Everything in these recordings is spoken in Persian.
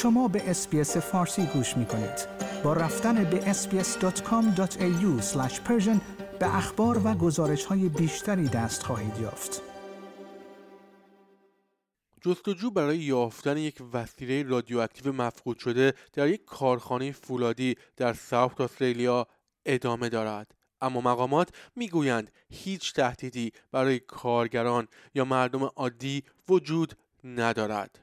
شما به اس‌بی‌اس فارسی گوش می‌کنید. با رفتن به sbs.com.au/persian به اخبار و گزارش‌های بیشتری دست خواهید یافت. جستجو برای یافتن یک وسیله رادیواکتیو مفقود شده در یک کارخانه فولادی در ساوت استرالیا ادامه دارد. اما مقامات میگویند هیچ تهدیدی برای کارگران یا مردم عادی وجود ندارد.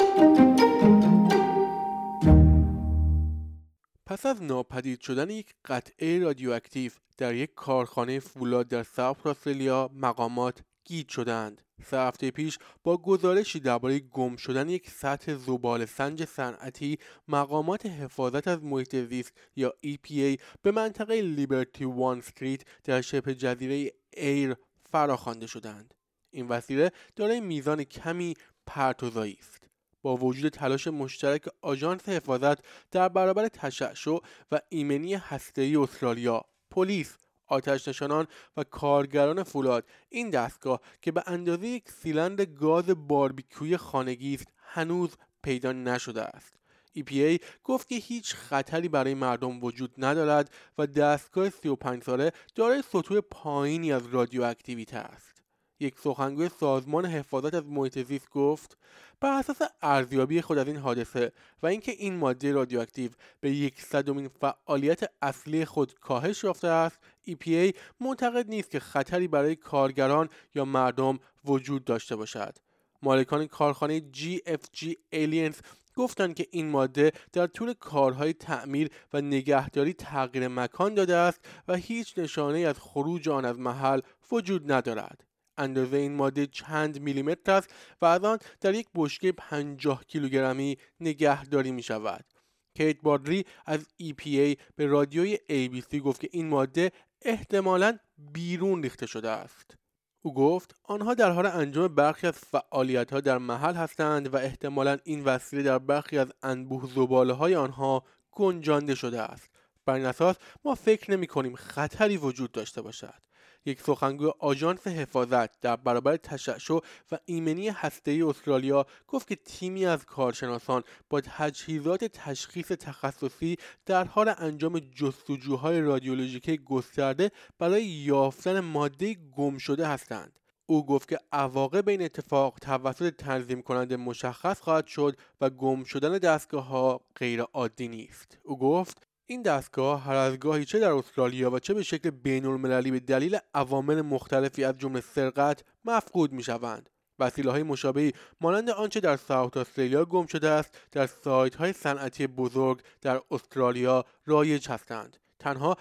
پس از ناپدید شدن یک قطعه رادیواکتیو در یک کارخانه فولاد در ساوت استرالیا، مقامات گیج شدند. 3 هفته پیش با گزارشی درباره گم شدن یک سطح زباله‌سنج صنعتی، مقامات حفاظت از محیط زیست یا EPA به منطقه لیبرتی وان استریت در شبه جزیره ایر فراخوانده شدند. این وسیله دارای میزان کمی پرتوزایی است. با وجود تلاش مشترک آژانس حفاظت در برابر تشعشع و ایمنی هسته‌ای استرالیا، پلیس، آتش‌نشانان و کارگران فولاد، این دستگاه که به اندازه یک سیلندر گاز باربیکیوی خانگی است هنوز پیدا نشده است. EPA گفت که هیچ خطری برای مردم وجود ندارد و دستگاه 35 ساله دارای سطوح پایینی از رادیواکتیویته است. یک سخنگوی سازمان حفاظت از محیط زیست گفت بر اساس ارزیابی خود از این حادثه و اینکه این ماده رادیواکتیو به 100مین فعالیت اصلی خود کاهش یافته است، EPA معتقد نیست که خطری برای کارگران یا مردم وجود داشته باشد. مالکان کارخانه GFG Aliens گفتند که این ماده در طول کارهای تعمیر و نگهداری تغییر مکان داده است و هیچ نشانه از خروج آن از محل وجود ندارد. اندازه این ماده چند میلیمتر است و از آن در یک بشکه 50 کیلوگرمی نگهداری می شود. کیت بادری از EPA به رادیوی ABC گفت که این ماده احتمالاً بیرون ریخته شده است. او گفت آنها در حال انجام برخی از فعالیت‌ها در محل هستند و احتمالاً این وسیله در برخی از انبوه زباله‌های آنها گنجانده شده است. بر این اساس ما فکر نمی‌کنیم خطری وجود داشته باشد. یک سخنگوی آژانس حفاظت در برابر تشعشع و ایمنی هسته‌ای استرالیا گفت که تیمی از کارشناسان با تجهیزات تشخیص تخصصی در حال انجام جستجوهای رادیولوژیکی گسترده برای یافتن ماده گم شده هستند. او گفت که عواقب این اتفاق توسط تنظیم کننده مشخص خواهد شد و گم شدن دستگاه‌ها غیر عادی نیست. او گفت این دستگاه هر از گاهی چه در استرالیا و چه به شکل بین‌المللی به دلیل عوامل مختلفی از جمله سرقت مفقود می‌شوند. وسیله‌های مشابهی مانند آنچه در ساوت استرالیا گم شده است در سایت‌های صنعتی بزرگ در استرالیا رایج هستند. تنها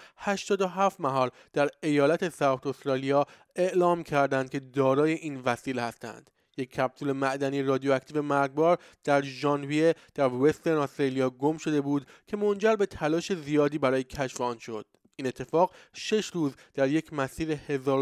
87 محل در ایالت ساوت استرالیا اعلام کردند که دارای این وسیله هستند. یک کپسول معدنی رادیواکتیو مرگبار در ژانویه در وسترن استرالیا گم شده بود که منجر به تلاش زیادی برای کشف آن شد. این اتفاق 6 روز در یک مسیر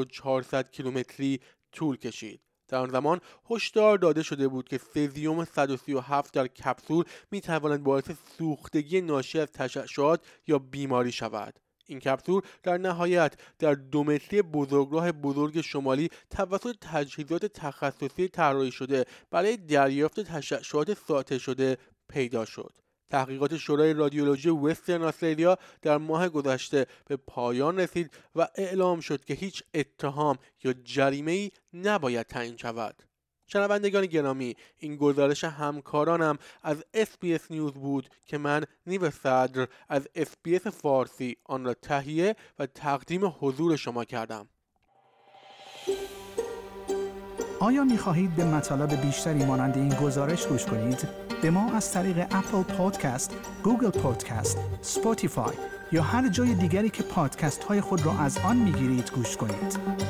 1400 کیلومتری طول کشید. در آن زمان هشدار داده شده بود که سزیم 137 در کپسول می تواند باعث سوختگی ناشی از تشعشعات یا بیماری شود. این کپسول در نهایت در 2 متری بزرگراه بزرگ شمالی توسط تجهیزات تخصصی طراحی شده برای دریافت تشعشعات ساطع شده پیدا شد. تحقیقات شورای رادیولوژی وسترن استرالیا در ماه گذشته به پایان رسید و اعلام شد که هیچ اتهام یا جریمه‌ای نباید تعیین شود. شنوندگان گرامی، این گزارش همکارانم از SBS نیوز بود که من نیو صدر از SBS فارسی آن را تهیه و تقدیم حضور شما کردم. آیا می‌خواهید به مطالب بیشتری مانند این گزارش گوش کنید؟ به ما از طریق اپل پادکست، گوگل پادکست، اسپاتیفای یا هر جای دیگری که پادکست های خود را از آن می‌گیرید گوش کنید.